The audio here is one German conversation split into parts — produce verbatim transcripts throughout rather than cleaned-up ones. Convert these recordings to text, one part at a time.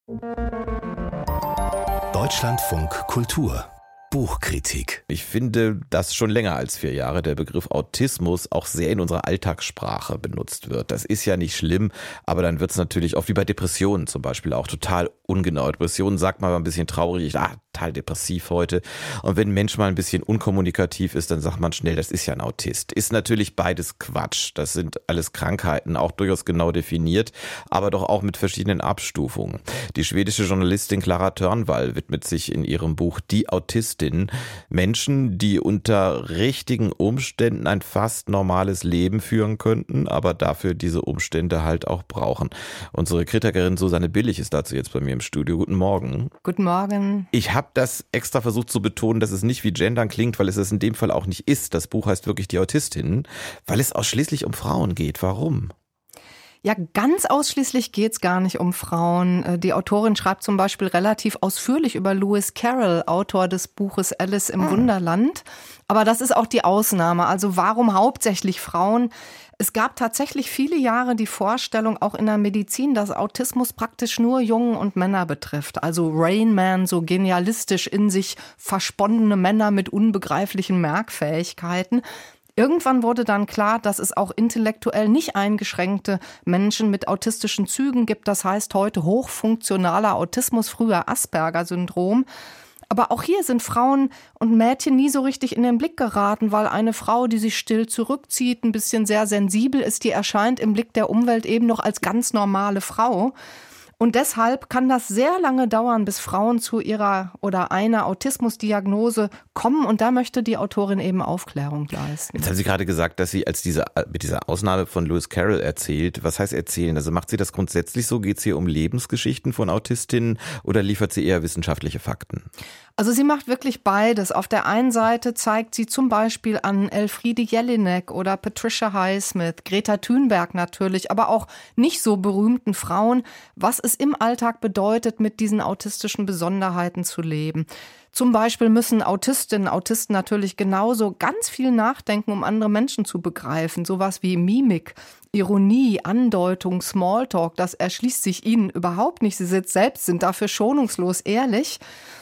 Deutschlandfunk Kultur Buchkritik. Ich finde, dass schon länger als vier Jahre der Begriff Autismus auch sehr in unserer Alltagssprache benutzt wird. Das ist ja nicht schlimm, aber dann wird es natürlich oft wie bei Depressionen zum Beispiel auch total ungenau. Depressionen sagt man mal ein bisschen traurig, ah, total depressiv heute. Und wenn ein Mensch mal ein bisschen unkommunikativ ist, dann sagt man schnell, das ist ja ein Autist. Ist natürlich beides Quatsch. Das sind alles Krankheiten, auch durchaus genau definiert, aber doch auch mit verschiedenen Abstufungen. Die schwedische Journalistin Clara Törnvall widmet sich in ihrem Buch Die Autistin Menschen, die unter richtigen Umständen ein fast normales Leben führen könnten, aber dafür diese Umstände halt auch brauchen. Unsere Kritikerin Susanne Billig ist dazu jetzt bei mir im Studio. Guten Morgen. Guten Morgen. Ich habe das extra versucht zu betonen, dass es nicht wie Gendern klingt, weil es es in dem Fall auch nicht ist. Das Buch heißt wirklich Die Autistin, weil es ausschließlich um Frauen geht. Warum? Ja, ganz ausschließlich geht's gar nicht um Frauen. Die Autorin schreibt zum Beispiel relativ ausführlich über Lewis Carroll, Autor des Buches Alice im Wunderland. Aber das ist auch die Ausnahme. Also warum hauptsächlich Frauen? Es gab tatsächlich viele Jahre die Vorstellung, auch in der Medizin, dass Autismus praktisch nur Jungen und Männer betrifft. Also Rain Man, so genialistisch in sich versponnene Männer mit unbegreiflichen Merkfähigkeiten. Irgendwann wurde dann klar, dass es auch intellektuell nicht eingeschränkte Menschen mit autistischen Zügen gibt. Das heißt heute hochfunktionaler Autismus, früher Asperger-Syndrom. Aber auch hier sind Frauen und Mädchen nie so richtig in den Blick geraten, weil eine Frau, die sich still zurückzieht, ein bisschen sehr sensibel ist, die erscheint im Blick der Umwelt eben noch als ganz normale Frau. Und deshalb kann das sehr lange dauern, bis Frauen zu ihrer oder einer Autismusdiagnose kommen. Und da möchte die Autorin eben Aufklärung leisten. Jetzt haben Sie gerade gesagt, dass sie als diese, mit dieser Ausnahme von Lewis Carroll erzählt. Was heißt erzählen? Also macht sie das grundsätzlich so? Geht es hier um Lebensgeschichten von Autistinnen oder liefert sie eher wissenschaftliche Fakten? Also sie macht wirklich beides. Auf der einen Seite zeigt sie zum Beispiel an Elfriede Jelinek oder Patricia Highsmith, Greta Thunberg natürlich, aber auch nicht so berühmten Frauen, was es im Alltag bedeutet, mit diesen autistischen Besonderheiten zu leben. Zum Beispiel müssen Autistinnen, Autisten natürlich genauso ganz viel nachdenken, um andere Menschen zu begreifen. Sowas wie Mimik, Ironie, Andeutung, Smalltalk, das erschließt sich ihnen überhaupt nicht. Sie selbst sind dafür schonungslos ehrlich.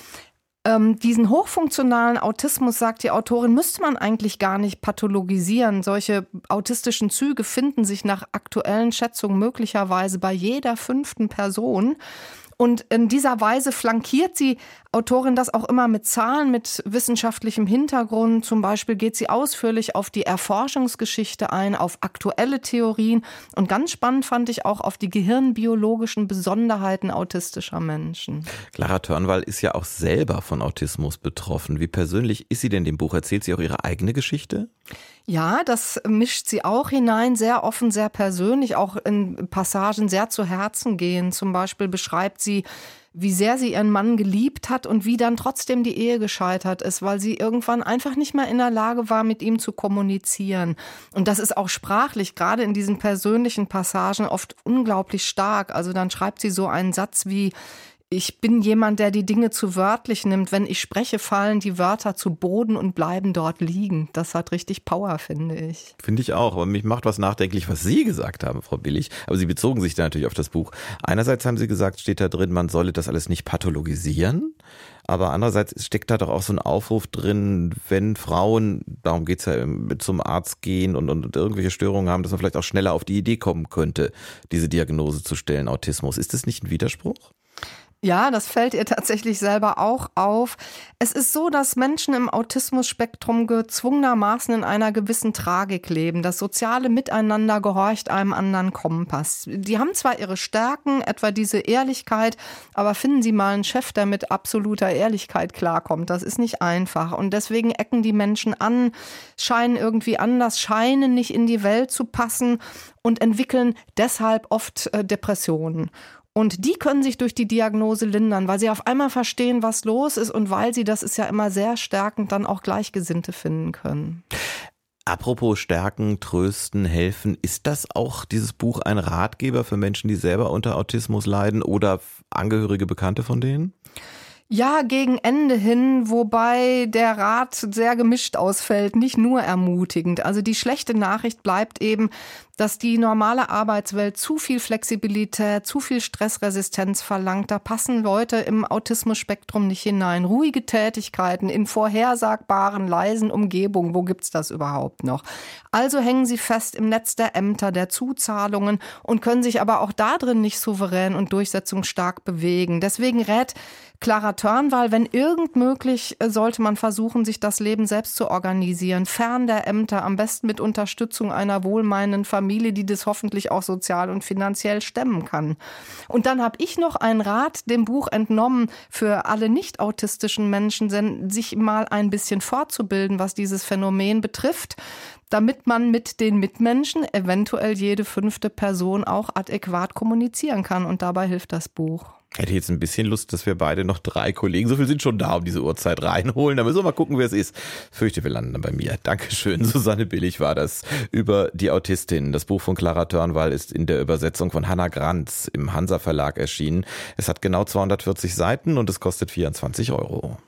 Ähm, diesen hochfunktionalen Autismus, sagt die Autorin, müsste man eigentlich gar nicht pathologisieren. Solche autistischen Züge finden sich nach aktuellen Schätzungen möglicherweise bei jeder fünften Person. Und in dieser Weise flankiert sie Autorin das auch immer mit Zahlen, mit wissenschaftlichem Hintergrund. Zum Beispiel geht sie ausführlich auf die Erforschungsgeschichte ein, auf aktuelle Theorien. Und ganz spannend fand ich auch auf die gehirnbiologischen Besonderheiten autistischer Menschen. Clara Törnvall ist ja auch selber von Autismus betroffen. Wie persönlich ist sie denn dem Buch? Erzählt sie auch ihre eigene Geschichte? Ja, das mischt sie auch hinein, sehr offen, sehr persönlich, auch in Passagen sehr zu Herzen gehen. Zum Beispiel beschreibt sie, wie sehr sie ihren Mann geliebt hat und wie dann trotzdem die Ehe gescheitert ist, weil sie irgendwann einfach nicht mehr in der Lage war, mit ihm zu kommunizieren. Und das ist auch sprachlich, gerade in diesen persönlichen Passagen, oft unglaublich stark. Also dann schreibt sie so einen Satz wie: Ich bin jemand, der die Dinge zu wörtlich nimmt. Wenn ich spreche, fallen die Wörter zu Boden und bleiben dort liegen. Das hat richtig Power, finde ich. Finde ich auch. Aber mich macht was nachdenklich, was Sie gesagt haben, Frau Billig. Aber Sie bezogen sich da natürlich auf das Buch. Einerseits haben Sie gesagt, steht da drin, man solle das alles nicht pathologisieren. Aber andererseits steckt da doch auch so ein Aufruf drin, wenn Frauen, darum geht's ja, zum Arzt gehen und, und irgendwelche Störungen haben, dass man vielleicht auch schneller auf die Idee kommen könnte, diese Diagnose zu stellen, Autismus. Ist das nicht ein Widerspruch? Ja, das fällt ihr tatsächlich selber auch auf. Es ist so, dass Menschen im Autismus-Spektrum gezwungenermaßen in einer gewissen Tragik leben. Das soziale Miteinander gehorcht einem anderen Kompass. Die haben zwar ihre Stärken, etwa diese Ehrlichkeit, aber finden Sie mal einen Chef, der mit absoluter Ehrlichkeit klarkommt. Das ist nicht einfach. Und deswegen ecken die Menschen an, scheinen irgendwie anders, scheinen nicht in die Welt zu passen und entwickeln deshalb oft äh, Depressionen. Und die können sich durch die Diagnose lindern, weil sie auf einmal verstehen, was los ist und weil sie, das ist ja immer sehr stärkend, dann auch Gleichgesinnte finden können. Apropos stärken, trösten, helfen, ist das auch dieses Buch ein Ratgeber für Menschen, die selber unter Autismus leiden oder Angehörige, Bekannte von denen? Ja, gegen Ende hin, wobei der Rat sehr gemischt ausfällt, nicht nur ermutigend. Also die schlechte Nachricht bleibt eben, dass die normale Arbeitswelt zu viel Flexibilität, zu viel Stressresistenz verlangt. Da passen Leute im Autismus-Spektrum nicht hinein. Ruhige Tätigkeiten in vorhersagbaren, leisen Umgebungen, wo gibt's das überhaupt noch? Also hängen sie fest im Netz der Ämter, der Zuzahlungen und können sich aber auch da drin nicht souverän und durchsetzungsstark bewegen. Deswegen rät Clara Törnwall, wenn irgend möglich, sollte man versuchen, sich das Leben selbst zu organisieren, fern der Ämter, am besten mit Unterstützung einer wohlmeinenden Familie, die das hoffentlich auch sozial und finanziell stemmen kann. Und dann habe ich noch einen Rat dem Buch entnommen für alle nicht autistischen Menschen, sich mal ein bisschen fortzubilden, was dieses Phänomen betrifft, damit man mit den Mitmenschen, eventuell jede fünfte Person, auch adäquat kommunizieren kann. Und dabei hilft das Buch. Ich hätte jetzt ein bisschen Lust, dass wir beide noch drei Kollegen, so viel sind schon da, um diese Uhrzeit reinholen. Da müssen wir mal gucken, wer es ist. Fürchte, wir landen dann bei mir. Dankeschön, Susanne Billig war das über die Autistin. Das Buch von Clara Törnwall ist in der Übersetzung von Hannah Granz im Hansa Verlag erschienen. Es hat genau zweihundertvierzig Seiten und es kostet vierundzwanzig Euro.